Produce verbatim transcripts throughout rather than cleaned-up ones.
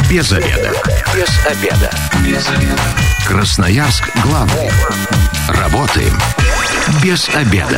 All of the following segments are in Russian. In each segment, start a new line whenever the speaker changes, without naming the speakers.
Без обеда. Без обеда. Без обеда. Красноярск главный. Работаем без обеда.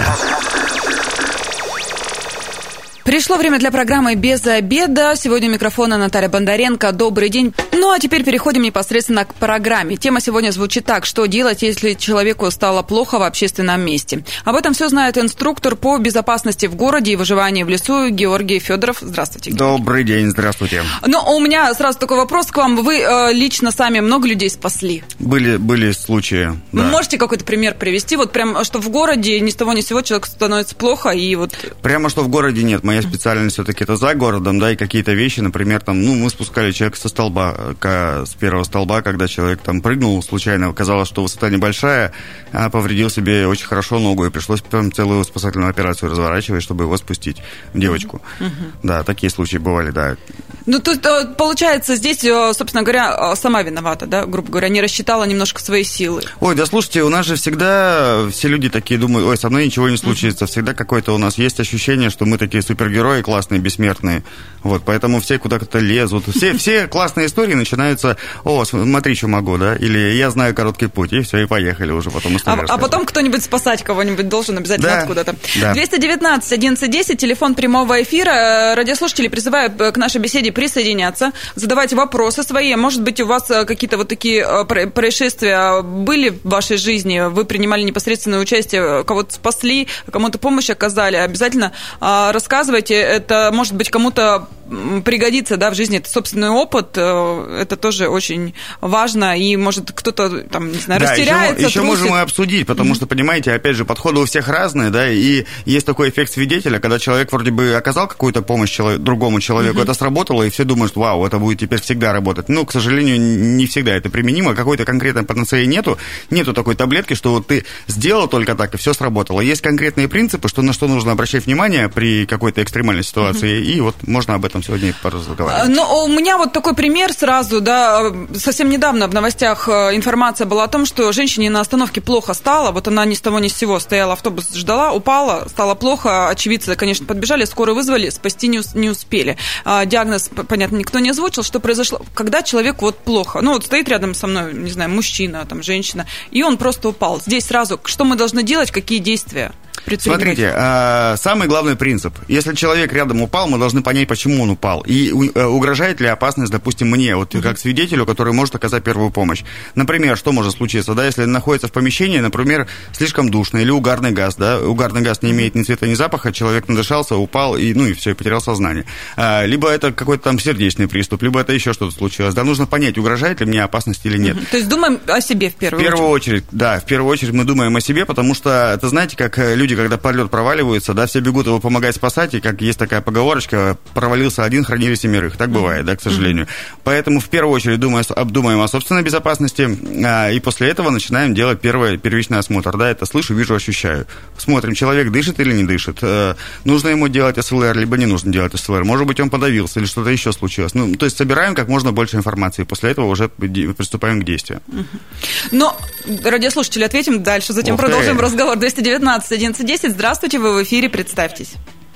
Пришло время для программы «Без обеда». Сегодня у микрофона Наталья Бондаренко. Добрый день. Ну, а теперь переходим непосредственно к программе. Тема сегодня звучит так: что делать, если человеку стало плохо в общественном месте? Об этом все знает инструктор по безопасности в городе и выживании в лесу Георгий Федоров. Здравствуйте, Георгий.
Добрый день, здравствуйте.
Ну, у меня сразу такой вопрос к вам. Вы э, лично сами много людей спасли? Были,
были случаи, да.
Можете какой-то пример привести? Вот прям, что в городе ни с того ни с сего человеку становится плохо, и вот...
Прямо что в городе нет. Моя специальность все-таки это за городом, да, и какие-то вещи, например, там, ну, мы спускали человека со столба, с первого столба, когда человек там прыгнул случайно, оказалось, что высота небольшая, а повредил себе очень хорошо ногу, и пришлось прям целую спасательную операцию разворачивать, чтобы его спустить, девочку. Uh-huh. Да, такие случаи бывали, да.
Ну, тут, получается, здесь, собственно говоря, сама виновата, да, грубо говоря, не рассчитала немножко свои силы.
Ой, да слушайте, у нас же всегда все люди такие думают: ой, со мной ничего не случится, uh-huh. всегда какое-то у нас есть ощущение, что мы такие супергерои классные, бессмертные, вот, поэтому все куда-то лезут, все, все классные истории начинаются: о, смотри, что могу, да, или я знаю короткий путь, и все, и поехали уже потом историю
а, а потом кто-нибудь спасать кого-нибудь должен обязательно да, откуда-то.
Да.
двести девятнадцать одиннадцать десять, телефон прямого эфира. Радиослушатели призываю к нашей беседе присоединяться, задавать вопросы свои. Может быть, у вас какие-то вот такие происшествия были в вашей жизни, вы принимали непосредственное участие, кого-то спасли, кому-то помощь оказали. Обязательно рассказывайте, это, может быть, кому-то пригодится, да, в жизни, это собственный опыт, это тоже очень важно, и, может, кто-то, там, не знаю, да, растеряется,
еще, еще можем и обсудить, потому mm-hmm. что, понимаете, опять же, подходы у всех разные, да, и есть такой эффект свидетеля, когда человек вроде бы оказал какую-то помощь человек, другому человеку, mm-hmm. это сработало, и все думают, что, вау, это будет теперь всегда работать. Ну, к сожалению, не всегда это применимо, какой-то конкретной панацеи нету, нету такой таблетки, что вот ты сделал только так, и все сработало. Есть конкретные принципы, что на что нужно обращать внимание при какой-то экстремальной ситуации, mm-hmm. и вот можно об этом сегодня поразговаривать.
Ну, у меня вот такой пример сразу, да, совсем недавно в новостях информация была о том, что женщине на остановке плохо стало, вот она ни с того ни с сего стояла, автобус ждала, упала, стало плохо, очевидцы, конечно, подбежали, скорую вызвали, спасти не, не успели. Диагноз, понятно, никто не озвучил, что произошло, когда человеку вот плохо, ну, вот стоит рядом со мной, не знаю, мужчина, там, женщина, и он просто упал. Здесь сразу, что мы должны делать, какие действия?
Смотрите, э, самый главный принцип. Если человек рядом упал, мы должны понять, почему он упал. И э, угрожает ли опасность, допустим, мне, вот uh-huh. как свидетелю, который может оказать первую помощь. Например, что может случиться, да, если находится в помещении, например, слишком душно, или угарный газ, да, угарный газ не имеет ни цвета, ни запаха, человек надышался, упал, и, ну, и все, и потерял сознание. А, либо это какой-то там сердечный приступ, либо это еще что-то случилось. Да, нужно понять, угрожает ли мне опасность или нет.
Uh-huh. То есть думаем о себе в первую очередь. В первую очередь,
очередь, да, в первую очередь мы думаем о себе, потому что, это знаете, как люди, когда подлет проваливаются, да, все бегут его помогать спасать, и как есть такая поговорочка: провалился один, хранили семерых. Так бывает, да, к сожалению. Mm-hmm. Поэтому в первую очередь думаем, обдумаем о собственной безопасности, а, и после этого начинаем делать первый первичный осмотр. Да, это слышу, вижу, ощущаю. Смотрим, человек дышит или не дышит. А, нужно ему делать СЛР, либо не нужно делать СЛР. Может быть, он подавился или что-то еще случилось. Ну, то есть собираем как можно больше информации, и после этого уже приступаем к действию.
Mm-hmm. Но, радиослушатели, ответим дальше, затем Ух продолжим ты. разговор. двести девятнадцать одиннадцать десять. Здравствуйте, вы в эфире, представьтесь.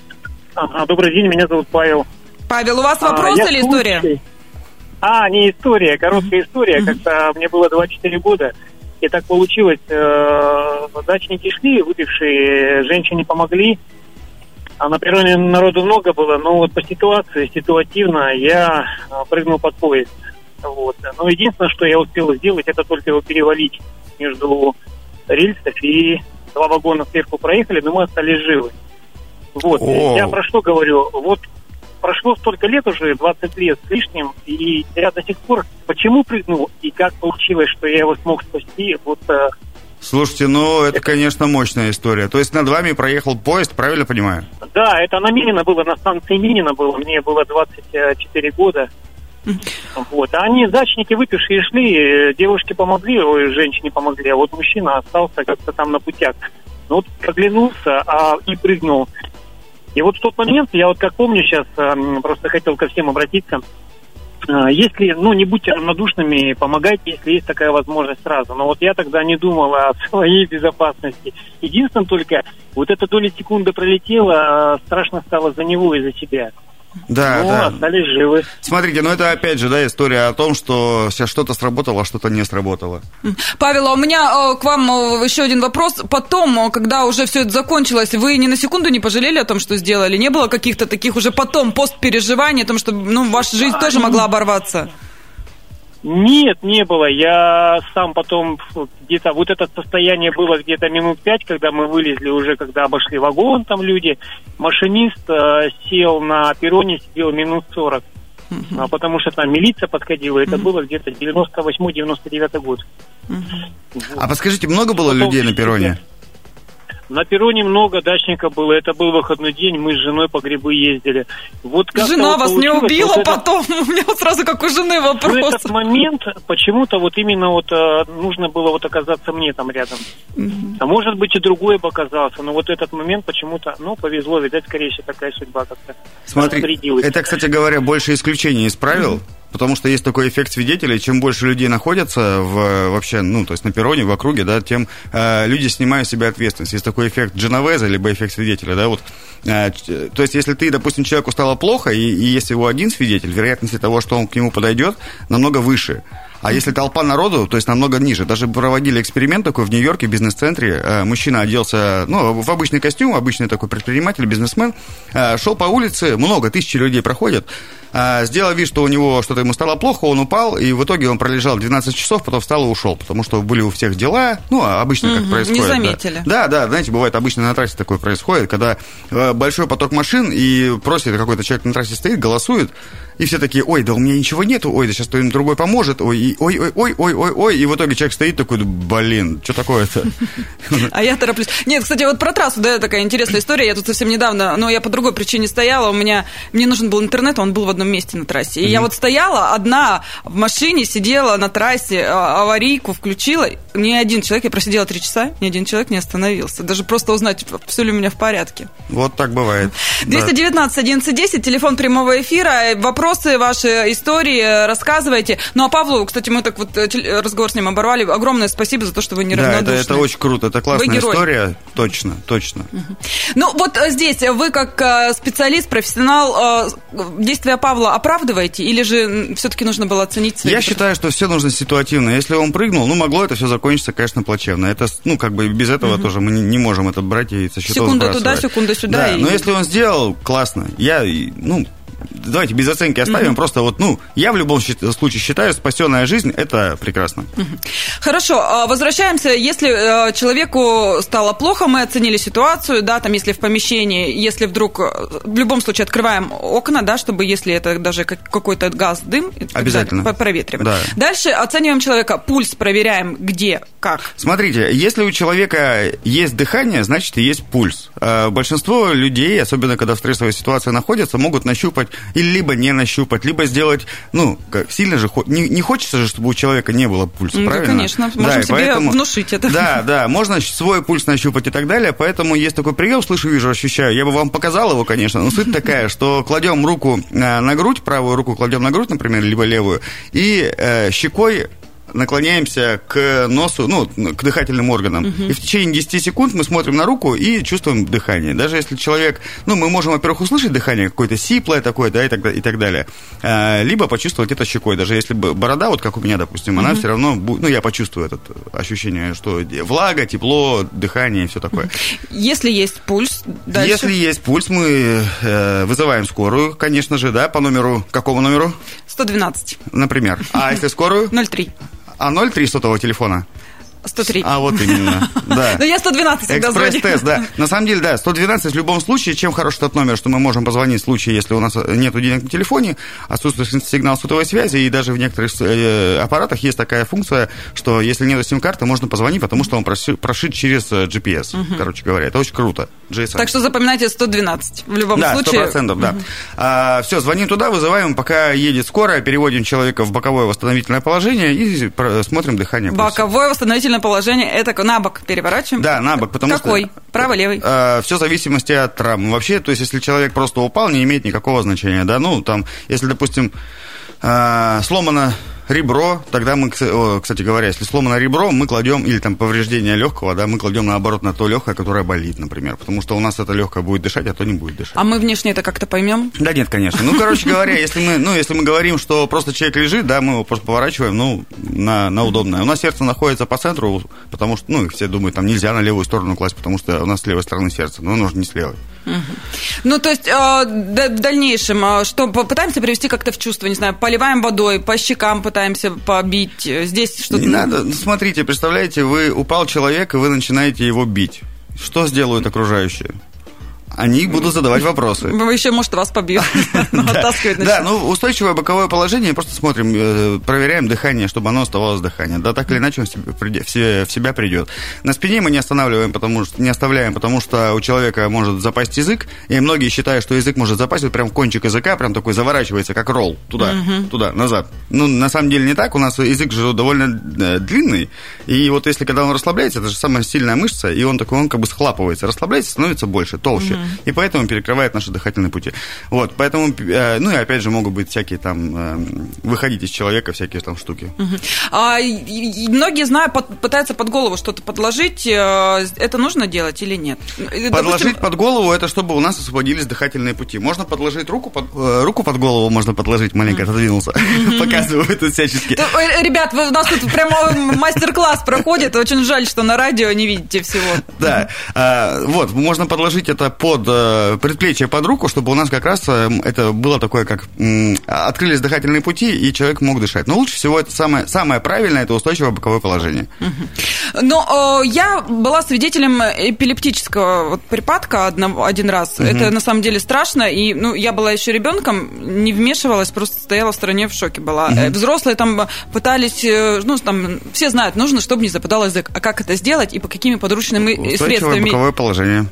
А, добрый день, меня зовут Павел.
Павел, у вас вопрос а, или история?
Случай. А, не история, короткая история. Mm-hmm. Как-то мне было двадцать четыре года, и так получилось, э, дачники шли, выпившие, женщине помогли. А на природе народу много было, но вот по ситуации, ситуативно я прыгнул под поезд. Вот. Но единственное, что я успел сделать, это только его перевалить между рельсов, и два вагона сверху проехали, но мы остались живы. Вот. О. Я про что говорю? Вот прошло столько лет уже, двадцать лет с лишним, и я до сих пор почему прыгнул, и как получилось, что я его смог спасти, вот...
Слушайте, ну, это, конечно, мощная история. То есть над вами проехал поезд, правильно понимаю?
Да, это на Минина было, на станции Минина было, мне было двадцать четыре года. Вот. А они, дачники выпившие, шли, девушке помогли, ой, женщине помогли, а вот мужчина остался как-то там на путях. Ну вот оглянулся а, и прыгнул. И вот в тот момент, я вот как помню сейчас, просто хотел ко всем обратиться, если, ну, не будьте равнодушными, помогайте, если есть такая возможность сразу. Но вот я тогда не думал о своей безопасности. Единственное только, вот эта доля секунды пролетела, страшно стало за него и за себя.
Да,
ну,
да.
остались живы.
Смотрите, ну это опять же, да, история о том, что сейчас что-то сработало, а что-то не сработало.
Павел, а у меня к вам еще один вопрос. Потом, когда уже все это закончилось, вы ни на секунду не пожалели о том, что сделали? Не было каких-то таких уже потом постпереживаний о том, что ну, ваша жизнь тоже могла оборваться?
Нет, не было. Я сам потом где-то... Вот это состояние было где-то минут пять, когда мы вылезли уже, когда обошли вагон, там люди. Машинист э, сел на перроне, сидел минут сорок. Uh-huh. А потому что там милиция подходила. Это uh-huh. было где-то девяносто восьмой девяносто девятый год.
Uh-huh.
Вот.
А подскажите, много было потом людей на перроне?
На перроне много дачников было. Это был выходной день, мы с женой по грибы ездили. Вот
жена
вот
вас не убила
вот
потом? Это... У меня вот сразу как у жены вопрос.
В этот момент почему-то вот именно вот нужно было вот оказаться мне там рядом. Mm-hmm. А может быть и другой бы оказался, но вот этот момент почему-то, ну, повезло, видать, скорее всего, такая судьба как-то распорядилась.
Смотри, это, кстати говоря, больше исключений из правил. Mm-hmm. Потому что есть такой эффект свидетелей, чем больше людей находятся в, вообще, ну, то есть на перроне, в округе, да, тем э, люди снимают с себя ответственность. Есть такой эффект Дженовеза, либо эффект свидетеля, да, вот. Э, то есть, если ты, допустим, человеку стало плохо, и, и есть всего один свидетель, вероятность того, что он к нему подойдет, намного выше. А если толпа народу, то есть намного ниже. Даже проводили эксперимент такой в Нью-Йорке, в бизнес-центре. Мужчина оделся, ну, в обычный костюм, обычный такой предприниматель, бизнесмен. Шел по улице, много, тысячи людей проходят. Сделал вид, что у него что-то ему стало плохо, он упал, и в итоге он пролежал двенадцать часов, потом встал и ушел, потому что были у всех дела, ну, обычно как угу, происходит.
Не заметили.
Да. да, да, знаете, бывает обычно на трассе такое происходит, когда большой поток машин, и просит какой-то человек на трассе стоит, голосует, и все такие, ой, да у меня ничего нету, ой, да сейчас кто-нибудь другой поможет, ой, ой, ой, ой, ой, ой, ой, и в итоге человек стоит такой, блин, что такое-то?
А я тороплюсь. Нет, кстати, вот про трассу, да, такая интересная история, я тут совсем недавно, но я по другой причине стояла, у меня, мне нужен был интернет, он был в одном месте на трассе, и mm-hmm. я вот стояла одна в машине, сидела на трассе, аварийку включила, ни один человек, я просидела три часа, ни один человек не остановился, даже просто узнать, все ли у меня в порядке.
Вот так бывает.
двести девятнадцать одиннадцать десять, телефон прямого эфира, вопросы, ваши истории рассказывайте. Ну, а Павлу, кстати, мы так вот разговор с ним оборвали, огромное спасибо за то, что вы не равнодушны.
Да, это, это очень круто, это классная история, точно, точно.
Угу. Ну, вот здесь вы как специалист, профессионал, действия Павла оправдываете, или же все-таки нужно было оценить свои...
Я считаю, что все нужно ситуативно. Если он прыгнул, ну, могло это все закончиться, конечно, плачевно. Это, ну, как бы без этого угу. тоже мы не, не можем это брать и со счетов
секунда
сбрасывать.
Секунда туда, секунда сюда.
Да,
и...
но если он сделал, классно. Я, ну... Давайте без оценки оставим, mm-hmm. просто вот, ну, я в любом случае считаю, спасенная жизнь – это прекрасно.
Mm-hmm. Хорошо, возвращаемся, если человеку стало плохо, мы оценили ситуацию, да, там, если в помещении, если вдруг, в любом случае открываем окна, да, чтобы, если это даже какой-то газ, дым,
обязательно
да, проветриваем.
Да.
Дальше оцениваем человека, пульс проверяем, где, как.
Смотрите, если у человека есть дыхание, значит, и есть пульс. Большинство людей, особенно когда в стрессовой ситуации находятся, могут нащупать или либо не нащупать, либо сделать, ну, как, сильно же, не, не хочется же, чтобы у человека не было пульса,
да,
правильно?
Конечно, можем да, себе поэтому, внушить это.
Да, да, можно свой пульс нащупать и так далее, поэтому есть такой прием, слышу, вижу, ощущаю, я бы вам показал его, конечно, но суть такая, что кладем руку на грудь, правую руку кладем на грудь, например, либо левую, и э, щекой наклоняемся к носу, ну, к дыхательным органам. Uh-huh. И в течение десяти секунд мы смотрим на руку и чувствуем дыхание. Даже если человек, ну, мы можем, во-первых, услышать дыхание какое-то сиплое такое, да, и так, и так далее. А, либо почувствовать это щекой. Даже если борода, вот как у меня, допустим, uh-huh. она все равно, ну, я почувствую это ощущение, что влага, тепло, дыхание и все такое.
Если есть пульс, дальше?
Если есть пульс, мы э, вызываем скорую, конечно же, да, по номеру, какому номеру?
сто двенадцать.
Например. А если скорую?
ноль три.
А ноль три сотового телефона?
сто три.
А вот именно, да.
Ну, я сто двенадцать всегда звоню.
Экспресс-тест, да. На самом деле, да, сто двенадцать в любом случае. Чем хорош этот номер, что мы можем позвонить в случае, если у нас нет денег на телефоне, отсутствует сигнал сотовой связи, и даже в некоторых аппаратах есть такая функция, что если нет сим-карты, можно позвонить, потому что он прошит через джи пи эс, угу. короче говоря. Это очень круто. джей эс эм.
Так что запоминайте сто двенадцать в любом
да,
случае.
Да, сто процентов, да. Угу. А, все, звоним туда, вызываем, пока едет скорая, переводим человека в боковое восстановительное положение и смотрим дыхание.
Боковое восстановительное положение – это на бок переворачиваем?
Да, на бок, потому
Какой?
что...
Какой? Право-левый?
Э, все в зависимости от травмы. Вообще, то есть, если человек просто упал, не имеет никакого значения, да, ну, там, если, допустим, э, сломана ребро, тогда мы, кстати говоря, если сломано ребро, мы кладем, или там повреждение легкого, да, мы кладем наоборот на то легкое, которое болит, например, потому что у нас это легкое будет дышать, а то не будет дышать.
А мы внешне это как-то поймем?
Да нет, конечно. Ну, короче говоря, если мы, ну, если мы говорим, что просто человек лежит, да, мы его просто поворачиваем, ну, на, на удобное. У нас сердце находится по центру, потому что, ну, все думают, там нельзя на левую сторону класть, потому что у нас с левой стороны сердце, но нужно не с левой.
Угу. Ну, то есть, э, в дальнейшем, что, попытаемся привести как-то в чувство, не знаю, поливаем водой, по щекам пытаемся побить, здесь что-то...
Не надо, смотрите, представляете, вы упал человек, и вы начинаете его бить. Что сделают окружающие? Они будут задавать вопросы.
Мы еще, может, вас побьют.
Да, ну, устойчивое боковое положение, просто смотрим, проверяем дыхание, чтобы оно оставалось дыхание. Да, так или иначе он в себя придет. На спине мы не останавливаем, потому что не оставляем, потому что у человека может запасть язык, и многие считают, что язык может запасть, вот прям кончик языка прям такой заворачивается, как ролл, туда, туда, назад. Ну, на самом деле не так, у нас язык же довольно длинный, и вот если когда он расслабляется, это же самая сильная мышца, и он такой, он как бы схлапывается, расслабляется, становится больше, толще. И поэтому перекрывает наши дыхательные пути. Вот, поэтому, ну и опять же могут быть всякие там, выходить из человека всякие там штуки.
Угу. А, и, и многие знают, под, пытаются под голову что-то подложить. Это нужно делать или нет?
Подложить
Допустим...
под голову, это чтобы у нас освободились дыхательные пути. Можно подложить руку под, руку под голову, можно подложить, маленько отодвинулся. Показываю это всячески.
Ребят, у нас тут прямо мастер-класс проходит. Очень жаль, что на радио не видите всего.
Да, вот, можно подложить это под предплечье под руку, чтобы у нас как раз это было такое, как открылись дыхательные пути, и человек мог дышать. Но лучше всего это самое, самое правильное, это устойчивое боковое положение.
Угу. Но э, я была свидетелем эпилептического вот припадка одно, один раз. Угу. Это на самом деле страшно, и ну, я была еще ребенком, не вмешивалась, просто стояла в стороне, в шоке была. Угу. Взрослые там пытались, ну, там, все знают, нужно, чтобы не западал язык. А как это сделать и по какими подручными
устойчивое
средствами?
Устойчивое боковое положение.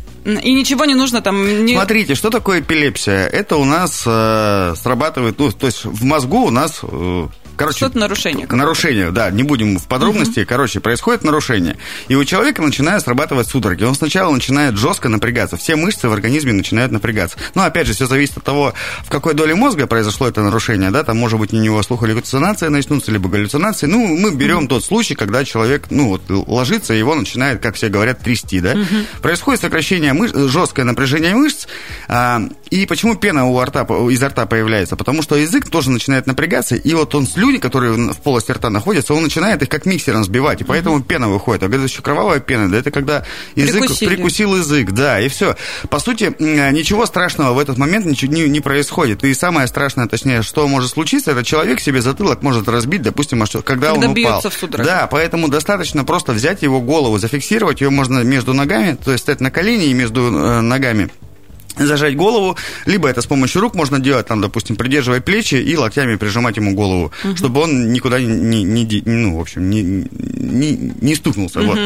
И ничего не нужно там... Не...
Смотрите, что такое эпилепсия? Это у нас э, срабатывает... Ну, то есть в мозгу у нас... Э, короче,
что-то нарушение.
Нарушение, да, не будем в подробности. Uh-huh. Короче, происходит нарушение. И у человека начинают срабатывать судороги. Он сначала начинает жестко напрягаться. Все мышцы в организме начинают напрягаться. Но, опять же, все зависит от того, в какой доле мозга произошло это нарушение. Да? Там, может быть, у него слухогаллюцинации начнутся, либо галлюцинации. Ну, мы берем uh-huh. тот случай, когда человек, ну, вот, ложится, и его начинает, как все говорят, трясти, да? Uh-huh. Происходит сокращение мышц, жесткое напряжение мышц. А, и почему пена у рта, изо рта появляется? Потому что язык тоже начинает напрягаться, и вот он слюни, которые в полости рта находятся, он начинает их как миксером сбивать, и поэтому uh-huh. пена выходит. А говорят, еще кровавая пена, да, это когда язык Прикусили. прикусил язык, да, и все. По сути, ничего страшного в этот момент ничего не, не происходит. И самое страшное, точнее, что может случиться, это человек себе затылок может разбить, допустим, когда, когда он упал.
В судорогах.
Да, поэтому достаточно просто взять его голову, зафиксировать ее можно между ногами, то есть стать на колени и между э, ногами. Зажать голову, либо это с помощью рук можно делать, там, допустим, придерживать плечи и локтями прижимать ему голову, uh-huh. чтобы он никуда не, не, не, ну, в общем, не, не, не стукнулся. Uh-huh. Вот.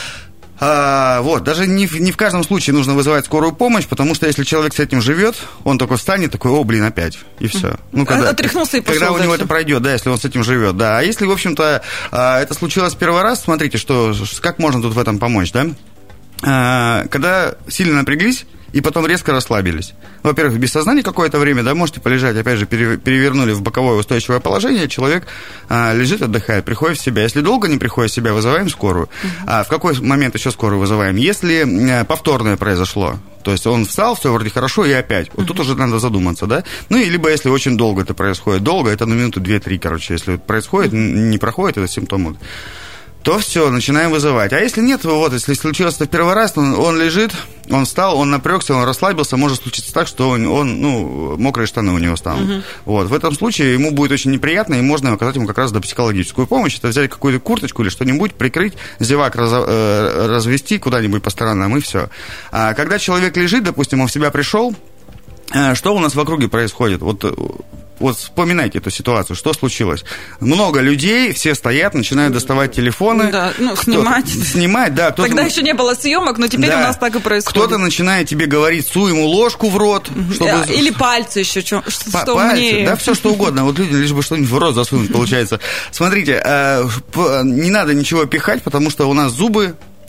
А, вот, даже не в, не в каждом случае нужно вызывать скорую помощь, потому что если человек с этим живет, он такой встанет, такой, о, блин, опять, и все. Ну, когда,
отряхнулся и пошел
когда у
дальше.
него это пройдет, да, если он с этим живет, да. А если, в общем-то, это случилось первый раз, смотрите, что, как можно тут в этом помочь, да? А, когда сильно напряглись, и потом резко расслабились. Во-первых, без сознания какое-то время, да, можете полежать, опять же, перевернули в боковое устойчивое положение, человек а, лежит, отдыхает, приходит в себя. Если долго не приходит в себя, вызываем скорую. Uh-huh. А в какой момент еще скорую вызываем? Если повторное произошло, то есть он встал, все вроде хорошо, и опять. Вот uh-huh. тут уже надо задуматься, да? Ну, и либо если очень долго это происходит, долго, это на минуту две-три, короче, если происходит, uh-huh. не проходит, это симптомы, то все, начинаем вызывать. А если нет, вот, если случилось это в первый раз, он, он лежит, он встал, он напрягся, он расслабился, может случиться так, что он, он ну, мокрые штаны у него станут. Uh-huh. Вот, в этом случае ему будет очень неприятно, и можно оказать ему как раз психологическую помощь. Это взять какую-то курточку или что-нибудь, прикрыть, зевак раз, э, развести куда-нибудь по сторонам, и все. А когда человек лежит, допустим, он в себя пришел, э, что у нас в округе происходит? Вот... Вот вспоминайте эту ситуацию, что случилось. Много людей, все стоят, начинают доставать телефоны.
Да, ну, снимать.
Снимать, да.
Тогда еще не было съемок, но теперь да. у нас так и происходит.
Кто-то начинает тебе говорить, суй ему ложку в рот. Чтобы...
Или пальцы еще, что,
По-
что
пальцы,
умнее.
Да, все что угодно. Вот люди лишь бы что-нибудь в рот засунуть, получается. Смотрите, не надо ничего пихать, потому что у нас зубы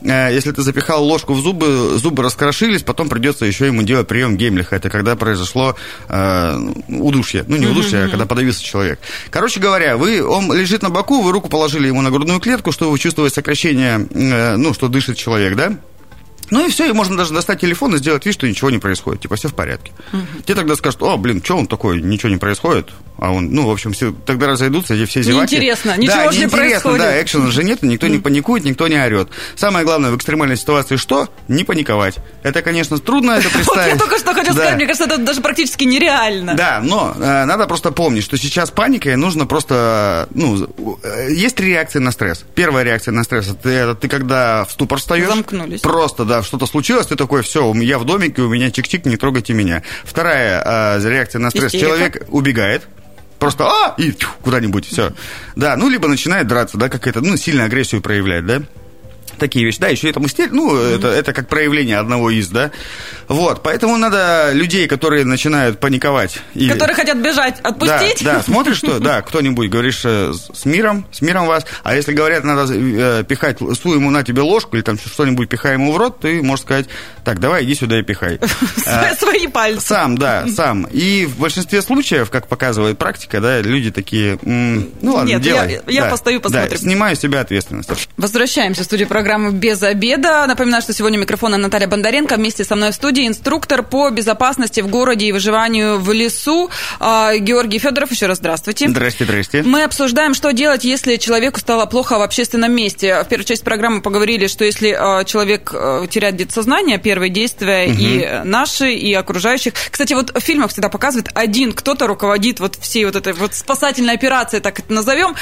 если ты запихал ложку в зубы, зубы раскрошились, потом придется еще ему делать прием Гемлиха. Это когда произошло э, удушье. Ну, не удушье, mm-hmm. а когда подавился человек. Короче говоря, вы, он лежит на боку, вы руку положили ему на грудную клетку, чтобы вы чувствовали сокращение, э, ну, что дышит человек, да? Ну и все, и можно даже достать телефон и сделать вид, что ничего не происходит, типа все в порядке. Uh-huh. Те тогда скажут: о, блин, что он такой, ничего не происходит. А он, ну, в общем, все, тогда разойдутся, эти все зеваки.
Неинтересно, ничего
да,
же не происходит.
Да, экшена же нет, никто не паникует, никто не орет. Самое главное в экстремальной ситуации что? Не паниковать. Это, конечно, трудно это представить.
Вот я только что хотел сказать, мне кажется, это даже практически нереально.
Да, но э, надо просто помнить, что сейчас паника, и нужно просто, ну, э, есть три реакции на стресс. Первая реакция на стресс, это, это ты когда в ступор встаешь.
Замкнулись.
Просто, да, что-то случилось, ты такой: все, я в домике, у меня чик-чик, не трогайте меня. Вторая э, реакция на стресс, истерика. Человек убегает. Просто а и тьфу, куда-нибудь, все. Да, ну, либо начинает драться, да, какая-то, ну, сильную агрессию проявлять, да. Такие вещи. Да, еще это истерия, ну, mm-hmm. это, это как проявление одного из, да. Вот, поэтому надо людей, которые начинают паниковать. Или...
Которые хотят бежать, отпустить?
Да, да, смотришь, что, да, кто-нибудь, говоришь, с миром, с миром вас. А если говорят, надо э, пихать, суй ему на тебе ложку, или там что-нибудь пихай ему в рот, ты можешь сказать: так, давай, иди сюда и пихай.
Свои пальцы.
Сам, да, сам. И в большинстве случаев, как показывает практика, да, люди такие: ну ладно, делай.
Я постою, посмотрим.
Снимаю с себя ответственность.
Возвращаемся в студию программы «Без обеда». Напоминаю, что сегодня у микрофона Наталья Бондаренко. Вместе со мной в студии инструктор по безопасности в городе и выживанию в лесу Георгий Федоров. Еще раз здравствуйте.
Здрасте, здрасте.
Мы обсуждаем, что делать, если человеку стало плохо в общественном месте. В первой части программы поговорили, что если человек теряет где-то сознание, первые действия угу. и наши, и окружающих. Кстати, вот в фильмах всегда показывают, один кто-то руководит вот всей вот этой вот спасательной операцией, так это назовем.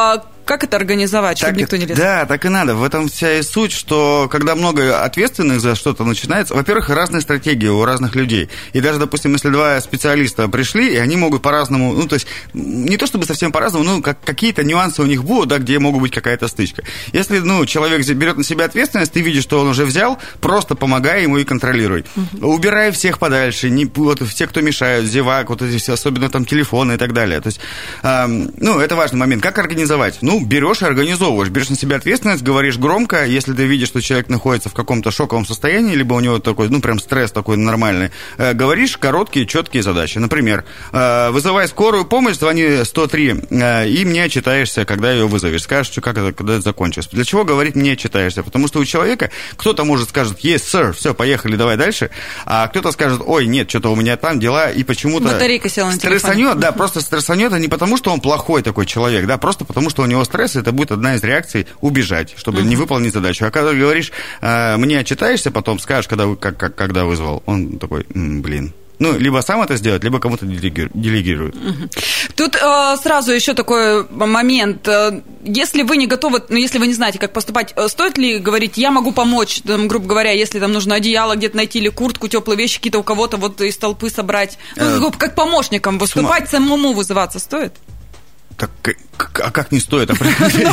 Как это организовать, чтобы
так,
никто не лез?
Да, так и надо. В этом вся и суть, что когда много ответственных за что-то начинается, во-первых, разные стратегии у разных людей. И даже, допустим, если два специалиста пришли, и они могут по-разному, ну, то есть, не то чтобы совсем по-разному, но как, какие-то нюансы у них будут, да, где могут быть какая-то стычка. Если, ну, человек берет на себя ответственность, ты видишь, что он уже взял, просто помогай ему и контролируй. Угу. Убирай всех подальше, не, вот все, кто мешают, зевак, вот эти все, особенно там телефоны и так далее. То есть, эм, ну, это важный момент. Как организовать? Ну, берешь и организовываешь, берешь на себя ответственность, говоришь громко, если ты видишь, что человек находится в каком-то шоковом состоянии, либо у него такой, ну, прям стресс такой нормальный, э, говоришь короткие, четкие задачи. Например, э, вызывай скорую помощь, звони сто три, э, и мне отчитаешься, когда ее вызовешь. Скажешь, что как это, когда это закончится. Для чего говорить «мне отчитаешься»? Потому что у человека кто-то может скажет: yes, sir, все, поехали, давай дальше, а кто-то скажет: ой, нет, что-то у меня там дела, и почему-то
батарейка села на
стрессанет,
телефоне.
да, просто стрессанет, а не потому, что он плохой такой человек, да, просто потому, что у него стресс, это будет одна из реакций убежать, чтобы uh-huh. не выполнить задачу. А когда говоришь, э, мне отчитаешься, потом скажешь, когда, как, как, когда вызвал, он такой: м, блин. Ну, либо сам это сделать, либо кому-то делегирует.
Тут э, сразу еще такой момент. Если вы не готовы, ну, если вы не знаете, как поступать, стоит ли говорить: я могу помочь, там, грубо говоря, если там нужно одеяло где-то найти или куртку, теплые вещи какие-то у кого-то вот из толпы собрать? Ну, э, как помощникам выступать, самому вызываться стоит?
Так, а как не стоит?
Ну,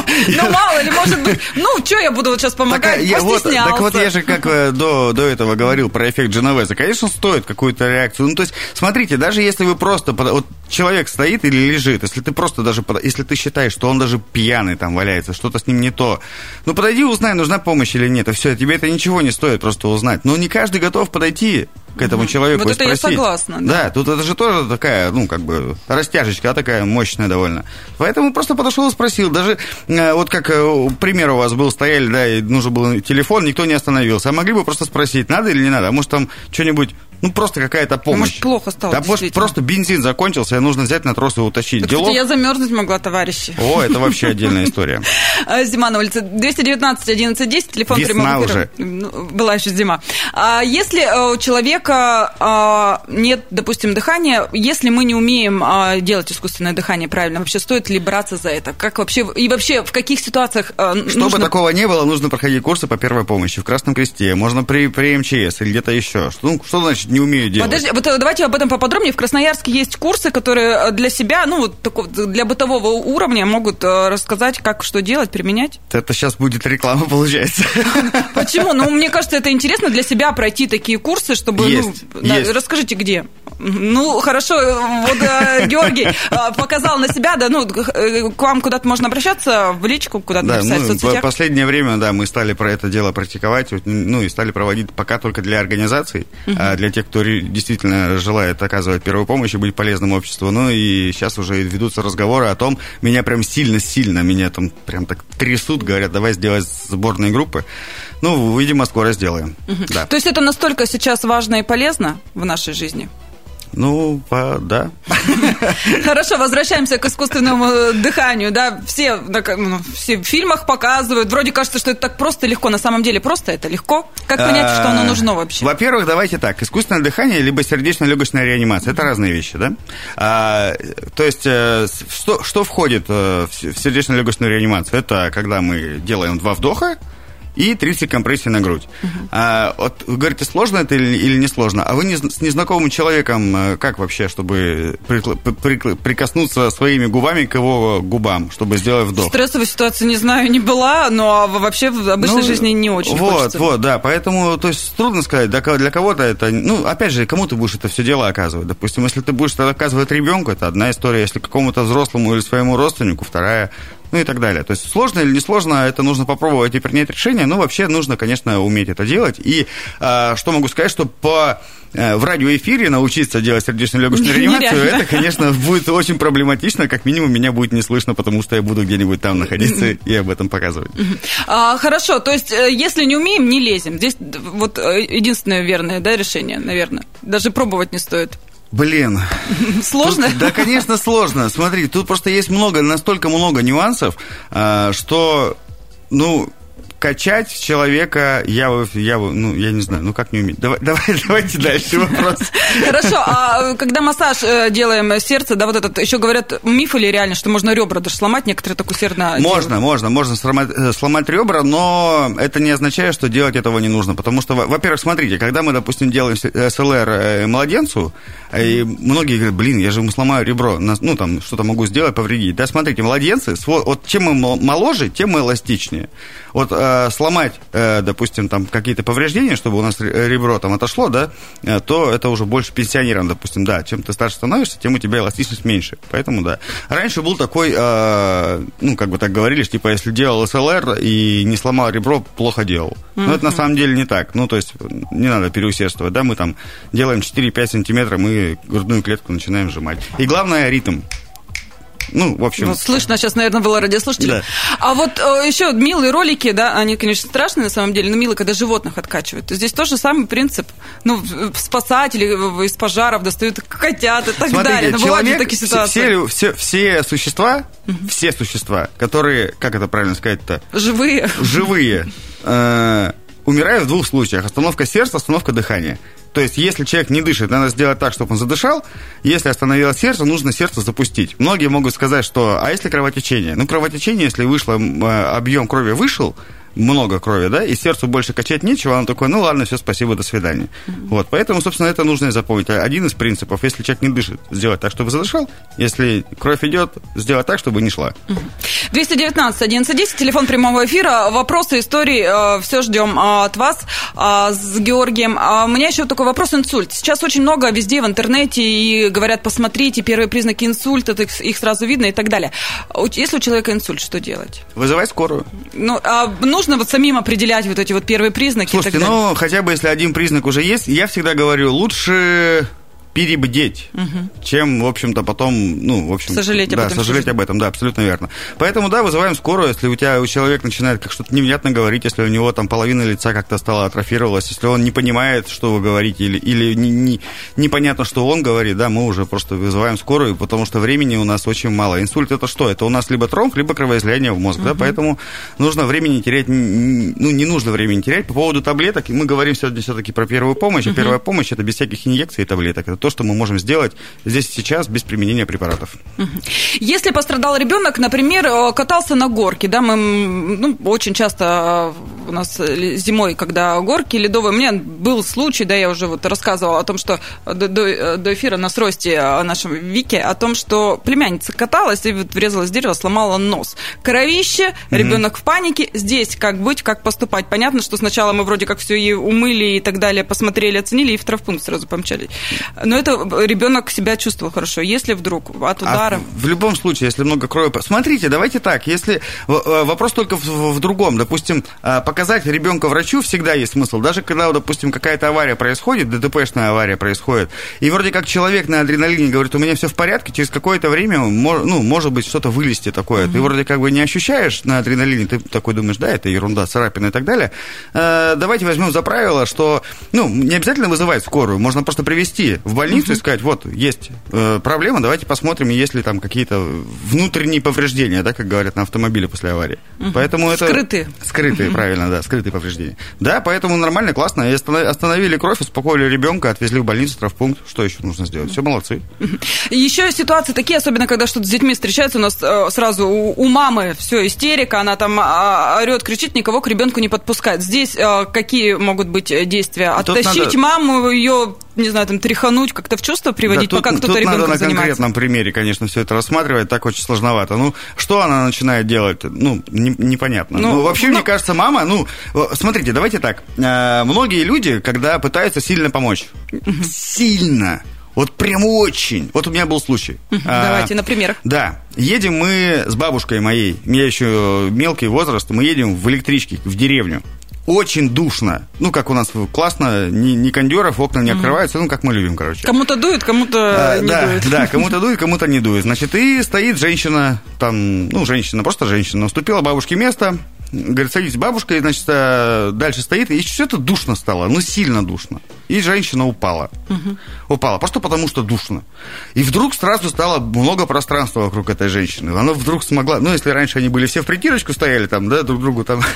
мало ли, может быть, ну, что я буду вот сейчас помогать, постеснялся.
Так вот, я же как до этого говорил про эффект Дженовеза. Конечно, стоит какую-то реакцию. Ну, то есть, смотрите, даже если вы просто... Вот человек стоит или лежит, если ты просто даже... Если ты считаешь, что он даже пьяный там валяется, что-то с ним не то, ну, подойди, узнай, нужна помощь или нет. И все, тебе это ничего не стоит просто узнать. Но не каждый готов подойти к этому человеку
вот
и спросить.
Вот это я согласна. Да.
да, тут это же тоже такая, ну, как бы, растяжечка такая мощная довольно. Поэтому просто подошел и спросил. Даже э, вот как э, пример у вас был, стояли, да, и нужен был телефон, никто не остановился. А могли бы просто спросить, надо или не надо? А может, там что-нибудь... Ну, просто какая-то помощь.
Может, плохо стало,
да, может, просто бензин закончился, и нужно взять на трос и утащить.
Так, кстати, я замерзнуть могла, товарищи.
О, это вообще отдельная история.
Зима на улице. двести девятнадцать одиннадцать десять, телефон прямого эфира. Была еще зима. Если у человека нет, допустим, дыхания, если мы не умеем делать искусственное дыхание правильно, вообще стоит ли браться за это? Как вообще, и вообще в каких ситуациях нужно...
Чтобы такого не было, нужно проходить курсы по первой помощи в Красном Кресте, можно при, при МЧС или где-то еще. Ну, что значит не умеют делать.
Подожди, вот давайте об этом поподробнее. В Красноярске есть курсы, которые для себя, ну, вот такого, для бытового уровня могут рассказать, как что делать, применять.
Это сейчас будет реклама, получается.
Почему? Ну, мне кажется, это интересно для себя пройти такие курсы, чтобы...
Есть,
ну, да,
есть.
Расскажите, где? Ну, хорошо, вот Георгий показал на себя, да, ну, к вам куда-то можно обращаться, в личку куда-то
да,
написать,
ну,
в соцсетях?
В последнее время, да, мы стали про это дело практиковать, ну, и стали проводить пока только для организаций, uh-huh. а для тех, кто действительно желает оказывать первую помощь и быть полезным обществу. Ну, и сейчас уже ведутся разговоры о том, меня прям сильно-сильно, меня там прям так трясут, говорят, давай сделать сборные группы. Ну, видимо, скоро сделаем. Uh-huh. Да.
То есть это настолько сейчас важно и полезно в нашей жизни?
Ну, по, да.
Хорошо, возвращаемся к искусственному дыханию. Да, все, ну, все в фильмах показывают. Вроде кажется, что это так просто и легко. На самом деле просто это легко. Как понять, что оно нужно вообще?
Во-первых, давайте так. Искусственное дыхание либо сердечно-легочная реанимация. Это разные вещи, да? А, то есть, что, что входит в сердечно-легочную реанимацию? Это когда мы делаем два вдоха и тридцать компрессий на грудь. Uh-huh. А, вот вы говорите, сложно это или, или не сложно? А вы не, с незнакомым человеком как вообще, чтобы прикл, прикл, прикоснуться своими губами к его губам, чтобы сделать вдох?
В стрессовой ситуации, не знаю, не была, но вообще в обычной ну, жизни не очень
вот,
хочется.
Вот, да, поэтому, то есть, трудно сказать, для кого-то это, ну, опять же, кому ты будешь это все дело оказывать? Допустим, если ты будешь это оказывать ребенку, это одна история, если какому-то взрослому или своему родственнику, вторая, ну и так далее. То есть сложно или не сложно, это нужно попробовать и принять решение, но вообще нужно, конечно, уметь это делать. И э, что могу сказать, что по, э, в радиоэфире научиться делать сердечно-легочную реанимацию, это, конечно, будет очень проблематично, как минимум меня будет не слышно, потому что я буду где-нибудь там находиться и об этом показывать.
А, хорошо, то есть если не умеем, не лезем. Здесь вот единственное верное, да, решение, наверное. Даже пробовать не стоит.
Блин.
Сложно?
Тут, да, конечно, сложно. Смотри, тут просто есть много, настолько много нюансов, что, ну, качать человека, я, я, ну, я не знаю, ну, как не уметь. Давай, давай, давайте дальше вопрос.
Хорошо, а когда массаж делаем сердце, да, вот этот, еще говорят, миф или реально, что можно ребра даже сломать, некоторые так усердно
Можно,
делают.
можно, можно сломать, сломать ребра, но это не означает, что делать этого не нужно, потому что, во-первых, смотрите, когда мы, допустим, делаем эс эл эр младенцу, и многие говорят, блин, я же ему сломаю ребро, ну, там, что-то могу сделать, повредить. Да, смотрите, младенцы, вот чем мы моложе, тем мы эластичнее. Вот э, сломать, э, допустим, там какие-то повреждения, чтобы у нас ребро там отошло, да, э, то это уже больше пенсионерам, допустим, да. Чем ты старше становишься, тем у тебя эластичность меньше. Поэтому, да. Раньше был такой, э, ну, как бы так говорили, что, типа, если делал эс эл эр и не сломал ребро, плохо делал. Но mm-hmm. это на самом деле не так. Ну, то есть не надо переусердствовать, да, мы там делаем четыре-пять сантиметров, мы грудную клетку начинаем сжимать. И главное, ритм. Ну, в общем... Ну,
слышно сейчас, наверное, было радиослушателей. Да. А вот э, еще милые ролики, да, они, конечно, страшные на самом деле, но милые, когда животных откачивают. Здесь тоже самый принцип. Ну, спасатели из пожаров достают котят и так
Смотрите,
далее. Но
человек,
бывают такие ситуации.
Все, все, все существа, угу. все существа, которые, как это правильно сказать-то?
Живые.
Живые. Э, умирают в двух случаях. Остановка сердца, остановка дыхания. То есть, если человек не дышит, надо сделать так, чтобы он задышал. Если остановилось сердце, нужно сердце запустить. Многие могут сказать, что, а если кровотечение? Ну, кровотечение, если вышло, объем крови вышел, много крови, да, и сердцу больше качать нечего, оно такое, ну ладно, все, спасибо, до свидания. Mm-hmm. Вот, поэтому, собственно, это нужно и запомнить. Один из принципов, если человек не дышит, сделать так, чтобы задышал, если кровь идет, сделать так, чтобы не шла.
двести девятнадцать одиннадцать десять, телефон прямого эфира, вопросы, истории, все ждем от вас с Георгием. А у меня еще такой вопрос: инсульт. Сейчас очень много везде в интернете и говорят, посмотрите, первые признаки инсульта, их сразу видно и так далее. Если у человека инсульт, что делать?
Вызывать скорую.
Ну, а нужно вот самим определять вот эти вот первые признаки?
Слушайте,
и так далее?
Ну, хотя бы если один признак уже есть, я всегда говорю, лучше перебдеть, угу. чем, в общем-то, потом, ну, в общем...
Сожалеть об
да,
этом.
Сожалеть об этом, да, абсолютно верно. Поэтому, да, вызываем скорую, если у тебя, у человека начинает как что-то невнятно говорить, если у него там половина лица как-то стала атрофировалась, если он не понимает, что вы говорите, или, или не, не, непонятно, что он говорит, да, мы уже просто вызываем скорую, потому что времени у нас очень мало. Инсульт — это что? Это у нас либо тромб, либо кровоизлияние в мозг, угу. да, поэтому нужно времени терять, ну, не нужно времени терять. По поводу таблеток, мы говорим сегодня все-таки про первую помощь, угу. а первая помощь — это без всяких инъекций и таблеток, это то, что мы можем сделать здесь и сейчас без применения препаратов.
Если пострадал ребенок, например, катался на горке, да, мы ну, очень часто у нас зимой, когда горки ледовые, у меня был случай, да, я уже вот рассказывала о том, что до, до, до эфира на сросте о нашем Вике, о том, что племянница каталась и вот врезалась в дерево, сломала нос. Кровище, ребенок mm-hmm. в панике. Здесь как быть, как поступать? Понятно, что сначала мы вроде как все ей умыли и так далее, посмотрели, оценили, и в травмпункт сразу помчались. Но это ребенок себя чувствовал хорошо. Если вдруг от удара...
А в любом случае, если много крови... Смотрите, давайте так, если... Вопрос только в, в другом. Допустим, показать ребенка врачу всегда есть смысл. Даже когда, допустим, какая-то авария происходит, ДТПшная авария происходит, и вроде как человек на адреналине говорит, у меня все в порядке, через какое-то время, ну, может быть, что-то вылезти такое. Mm-hmm. Ты вроде как бы не ощущаешь на адреналине, ты такой думаешь, да, это ерунда, царапина и так далее. Давайте возьмем за правило, что, ну, не обязательно вызывать скорую, можно просто привезти в больницу mm-hmm. и сказать, вот, есть проблема, давайте посмотрим, есть ли там какие-то внутренние повреждения, да, как говорят на автомобиле после аварии. Mm-hmm. Поэтому это...
Скрытые.
Скрытые, mm-hmm. правильно, да, скрытые повреждения. Да, поэтому нормально, классно. Остановили кровь, успокоили ребенка, отвезли в больницу, травмпункт. Что еще нужно сделать? Все, молодцы.
Еще ситуации такие, особенно когда что-то с детьми встречается, у нас э, сразу у, у мамы все истерика, она там э, орет, кричит, никого к ребенку не подпускает. Здесь э, какие могут быть действия? Оттащить надо... маму, ее, не знаю, там тряхануть, как-то в чувство приводить, да, тут, пока кто-то ребенком занимается.
Тут надо на конкретном примере, конечно, все это рассматривать, так очень сложновато. Ну, что она начинает делать? Ну, не, непонятно. Ну, ну, вообще, ну... мне кажется, мама, ну, смотрите, давайте так. Многие люди, когда пытаются сильно помочь, сильно, вот прям очень. Вот у меня был случай.
Давайте, а, на примерах.
Да. Едем мы с бабушкой моей, у меня еще мелкий возраст, мы едем в электричке в деревню. Очень душно. Ну, как у нас классно, ни, ни кондеров, окна не открываются, ну, как мы любим, короче.
Кому-то дует, кому-то а, не
да,
дует.
Да, кому-то дует, кому-то не дует. Значит, и стоит женщина, там, ну, женщина, просто женщина, уступила бабушке место, говорит, садитесь, бабушка, и, значит, дальше стоит, и что-то душно стало, ну, сильно душно. И женщина упала. Угу. Упала, просто потому что душно. И вдруг сразу стало много пространства вокруг этой женщины. Она вдруг смогла, ну, если раньше они были все в притирочку стояли, там, да, друг другу там,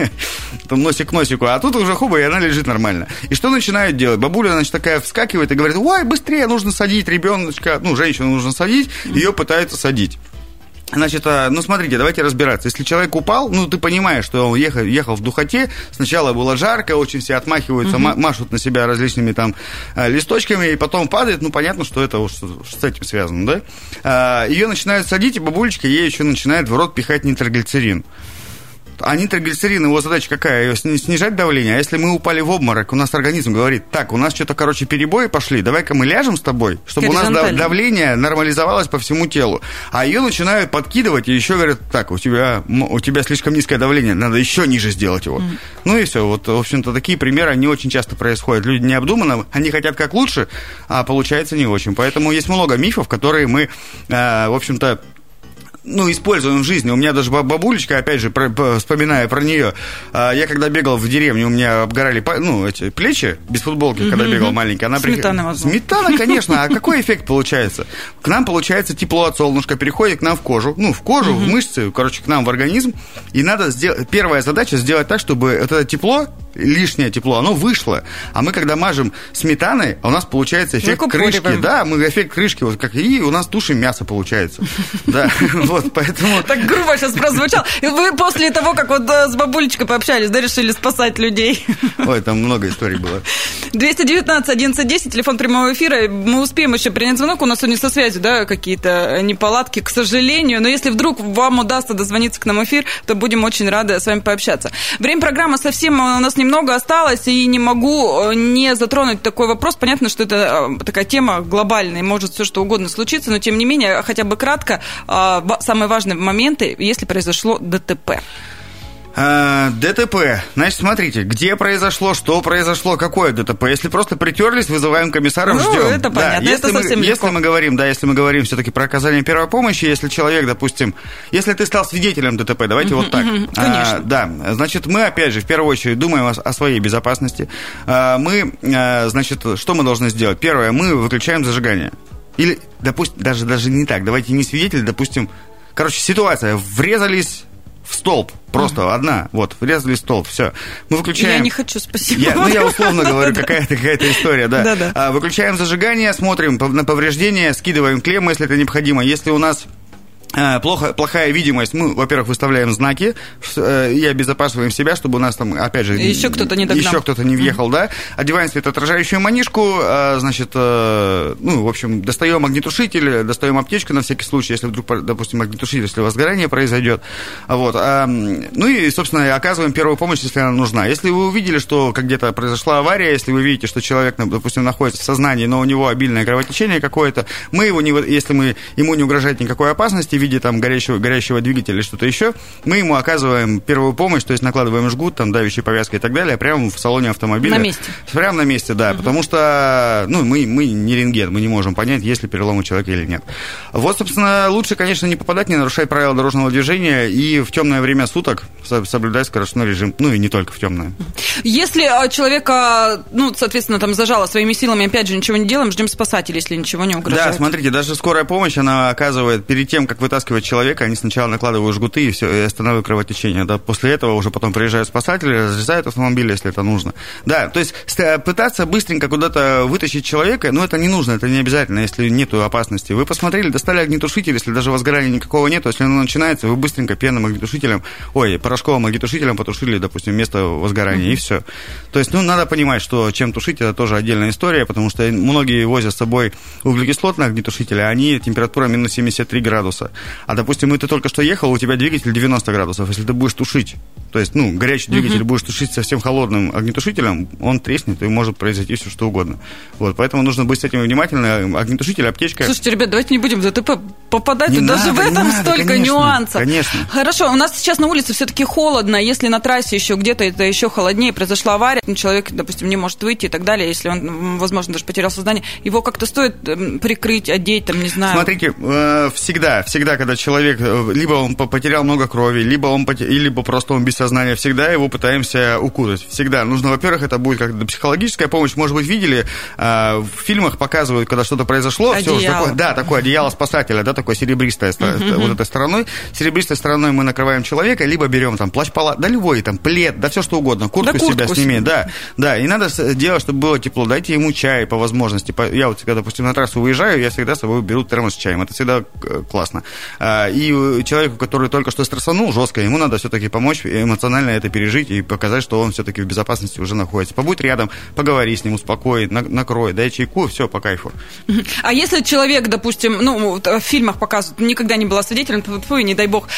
там носик к носику, а тут уже хоба, и она лежит нормально. И что начинают делать? Бабуля, значит, такая вскакивает и говорит, ой, быстрее, нужно садить ребеночка, ну, женщину нужно садить, ее пытаются садить. Значит, ну, смотрите, давайте разбираться. Если человек упал, ну, ты понимаешь, что он ехал, ехал в духоте, сначала было жарко, очень все отмахиваются, uh-huh. машут на себя различными там листочками, и потом падает, ну, понятно, что это что, что с этим связано, да? Ее начинают садить, и бабулечка ей еще начинает в рот пихать нитроглицерин. А нитроглицерин, его задача какая? Снижать давление. А если мы упали в обморок, у нас организм говорит, так, у нас что-то, короче, перебои пошли, давай-ка мы ляжем с тобой, чтобы у нас давление нормализовалось по всему телу. А ее начинают подкидывать, и еще говорят, так, у тебя, у тебя слишком низкое давление, надо еще ниже сделать его. Mm. Ну и все. Вот, в общем-то, такие примеры, они очень часто происходят. Люди необдуманно, они хотят как лучше, а получается не очень. Поэтому есть много мифов, которые мы, в общем-то, ну, используем в жизни. У меня даже бабулечка, опять же, про, по, вспоминая про нее, я когда бегал в деревню, у меня обгорали, ну, эти плечи, без футболки, когда бегал маленький. Она
Сметана,
при... Сметана, конечно. А какой эффект получается? К нам, получается, тепло от солнышка переходит к нам в кожу. Ну, в кожу, в мышцы, короче, к нам в организм. И надо сделать... Первая задача сделать так, чтобы это тепло, лишнее тепло, оно вышло. А мы, когда мажем сметаной, у нас получается эффект крышки. Да, мы эффект крышки, вот как и у нас тушим мясо получается. Да. Вот, поэтому...
Так грубо сейчас прозвучал. И вы после того, как вот с бабулечкой пообщались, да, решили спасать людей?
Ой, там много историй было.
двести девятнадцать одиннадцать десять, телефон прямого эфира. Мы успеем еще принять звонок. У нас сегодня со связью, да, какие-то неполадки, к сожалению. Но если вдруг вам удастся дозвониться к нам в эфир, то будем очень рады с вами пообщаться. Время программы совсем у нас немного осталось, и не могу не затронуть такой вопрос. Понятно, что это такая тема глобальная, может все что угодно случиться, но тем не менее, хотя бы кратко, самые важные моменты, если произошло ДТП.
А, ДТП. Значит, смотрите, где произошло, что произошло, какое ДТП. Если просто притерлись, вызываем комиссаров,
ну,
ждем.
Это понятно,
да,
это
если
совсем
мы,
легко.
Если мы говорим, да, если мы говорим все-таки про оказание первой помощи, если человек, допустим, если ты стал свидетелем ДТП, давайте uh-huh, вот так.
Uh-huh, конечно.
А, да, значит, мы, опять же, в первую очередь думаем о, о своей безопасности. А, мы, а, значит, что мы должны сделать? Первое, мы выключаем зажигание. Или, допустим, даже, даже не так, давайте не свидетель, допустим, короче, ситуация, врезались в столб, просто mm-hmm. одна, вот, врезали в столб, все. Мы выключаем...
Я не хочу, спасибо.
Я, ну, я условно говорю, какая-то, какая-то история, да. А, выключаем зажигание, смотрим на повреждения, скидываем клеммы, если это необходимо. Если у нас Плохо, плохая видимость. Мы, во-первых, выставляем знаки и обезопасиваем себя, чтобы у нас там, опять же...
Еще кто-то не догнал.
Еще кто-то не въехал, mm-hmm. да. Одеваем светоотражающую манишку, значит, ну, в общем, достаем огнетушитель, достаем аптечку на всякий случай, если вдруг, допустим, огнетушитель, если возгорание произойдет. Вот. Ну и, собственно, оказываем первую помощь, если она нужна. Если вы увидели, что где-то произошла авария, если вы видите, что человек, допустим, находится в сознании, но у него обильное кровотечение какое-то, мы его, не, если мы, ему не угрожает никакой опасности, в виде там горящего, горящего двигателя или что-то еще, мы ему оказываем первую помощь, то есть накладываем жгут, там, давящие повязки и так далее, прямо в салоне автомобиля.
На месте.
Прямо на месте, да, угу. Потому что, ну, мы, мы не рентген, мы не можем понять, есть ли перелом у человека или нет. Вот, собственно, лучше, конечно, не попадать, не нарушать правила дорожного движения и в темное время суток соблюдать скоростной режим, ну, и не только в темное.
Если человека, ну, соответственно, там зажало своими силами, опять же, ничего не делаем, ждем спасателей, если ничего не угрожает.
Да, смотрите, даже скорая помощь, она оказывает перед тем, как вытаскивать человека, они сначала накладывают жгуты и все, и останавливают кровотечение. Да, после этого уже потом приезжают спасатели, разрезают автомобиль, если это нужно. Да, то есть пытаться быстренько куда-то вытащить человека, ну, это не нужно, это не обязательно, если нету опасности. Вы посмотрели, достали огнетушитель, если даже возгорания никакого нету, если оно начинается, вы быстренько пенным огнетушителем, ой, порошковым огнетушителем потушили, допустим, место возгорания, mm-hmm. и все. То есть, ну, надо понимать, что чем тушить, это тоже отдельная история, потому что многие возят с собой углекислотные огнетушители, а они температура минус семьдесят три градуса. А, допустим, ты только что ехал, у тебя двигатель девяносто градусов. Если ты будешь тушить, то есть, ну, горячий двигатель uh-huh. будешь тушить совсем холодным огнетушителем, он треснет, и может произойти все что угодно. Вот, поэтому нужно быть с этим внимательно. Огнетушитель, аптечка. Слушайте,
ребят, давайте не будем в ДТП попадать. Не даже надо, в этом надо, столько
конечно,
нюансов.
Конечно.
Хорошо, у нас сейчас на улице все-таки холодно. Если на трассе еще где-то это еще холоднее, произошла авария, человек, допустим, не может выйти и так далее, если он, возможно, даже потерял сознание, его как-то стоит прикрыть, одеть, там, не знаю.
Смотрите, всегда, всегда, когда человек, либо он потерял много крови, либо он потер... либо просто он без сознания, всегда его пытаемся укутать. Всегда. Нужно, во-первых, это будет как-то психологическая помощь. Может быть, видели, в фильмах показывают, когда что-то произошло, все уже такое, да, такое одеяло спасателя, да, такое серебристое, uh-huh. вот этой стороной. Серебристой стороной мы накрываем человека, либо берем там плащ-палат, да, любой, там, плед, да, все что угодно, куртку, да, куртку себя сними, да, да, и надо делать, чтобы было тепло. Дайте ему чай по возможности. Я вот, когда, допустим, на трассу выезжаю, я всегда с собой беру термос с чаем. Это всегда классно. И человеку, который только что стрессанул жестко, ему надо все-таки помочь эмоционально это пережить и показать, что он все-таки в безопасности уже находится. Побудь рядом, поговори с ним, успокой, накрой, дай чайку, все, по кайфу.
А если человек, допустим, ну, в фильмах показывают, никогда не была свидетелем, фу, не дай бог,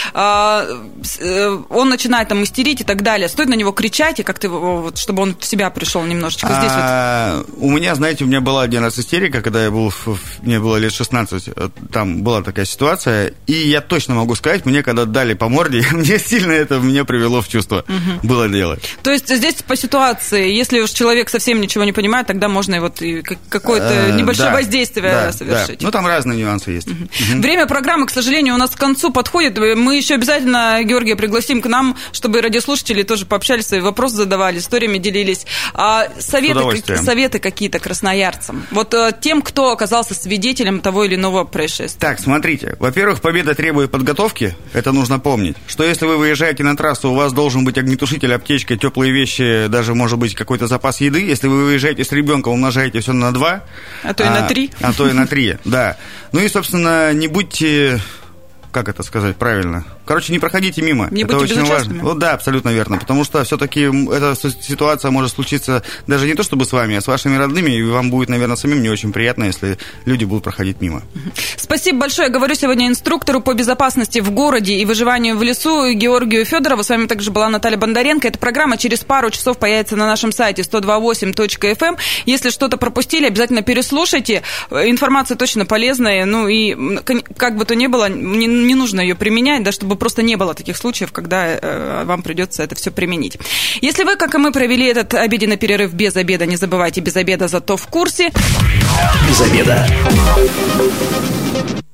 он начинает там истерить и так далее, стоит на него кричать, и как-то, вот, чтобы он в себя пришел немножечко? Здесь
а, вот... У меня, знаете, у меня была один раз истерика, когда я был, мне было лет шестнадцать, там была такая ситуация, и я точно могу сказать, мне когда дали по морде, мне сильно это меня привело в чувство. Угу. Было дело.
То есть здесь по ситуации, если уж человек совсем ничего не понимает, тогда можно и вот и какое-то небольшое да, воздействие да, совершить.
Да. Ну, там разные нюансы есть. Угу.
Угу. Время программы, к сожалению, у нас к концу подходит. Мы еще обязательно Георгия пригласим к нам, чтобы радиослушатели тоже пообщались, свои вопросы задавали, историями делились. А советы, советы какие-то красноярцам? Вот тем, кто оказался свидетелем того или иного происшествия.
Так, смотрите. Во-первых, победа требует подготовки. Это нужно помнить. Что если вы выезжаете на трассу, у вас должен быть огнетушитель, аптечка, теплые вещи, даже, может быть, какой-то запас еды. Если вы выезжаете с ребенком, умножаете все на два.
А то и на три.
А, а то и на три, да. Ну и, собственно, не будьте... Как это сказать правильно? Короче, не проходите мимо.
Не
это
будьте
очень важно. Ну, да, абсолютно верно. Потому что все-таки эта ситуация может случиться даже не то чтобы с вами, а с вашими родными, и вам будет, наверное, самим не очень приятно, если люди будут проходить мимо.
Спасибо большое. Говорю сегодня инструктору по безопасности в городе и выживанию в лесу Георгию Федорову. С вами также была Наталья Бондаренко. Эта программа через пару часов появится на нашем сайте сто два восемь точка эф эм. Если что-то пропустили, обязательно переслушайте. Информация точно полезная. Ну и как бы то ни было, не, не нужно ее применять, да, чтобы просто не было таких случаев, когда э, вам придется это все применить. Если вы, как и мы, провели этот обеденный перерыв без обеда, не забывайте, без обеда, зато в курсе.
Без обеда.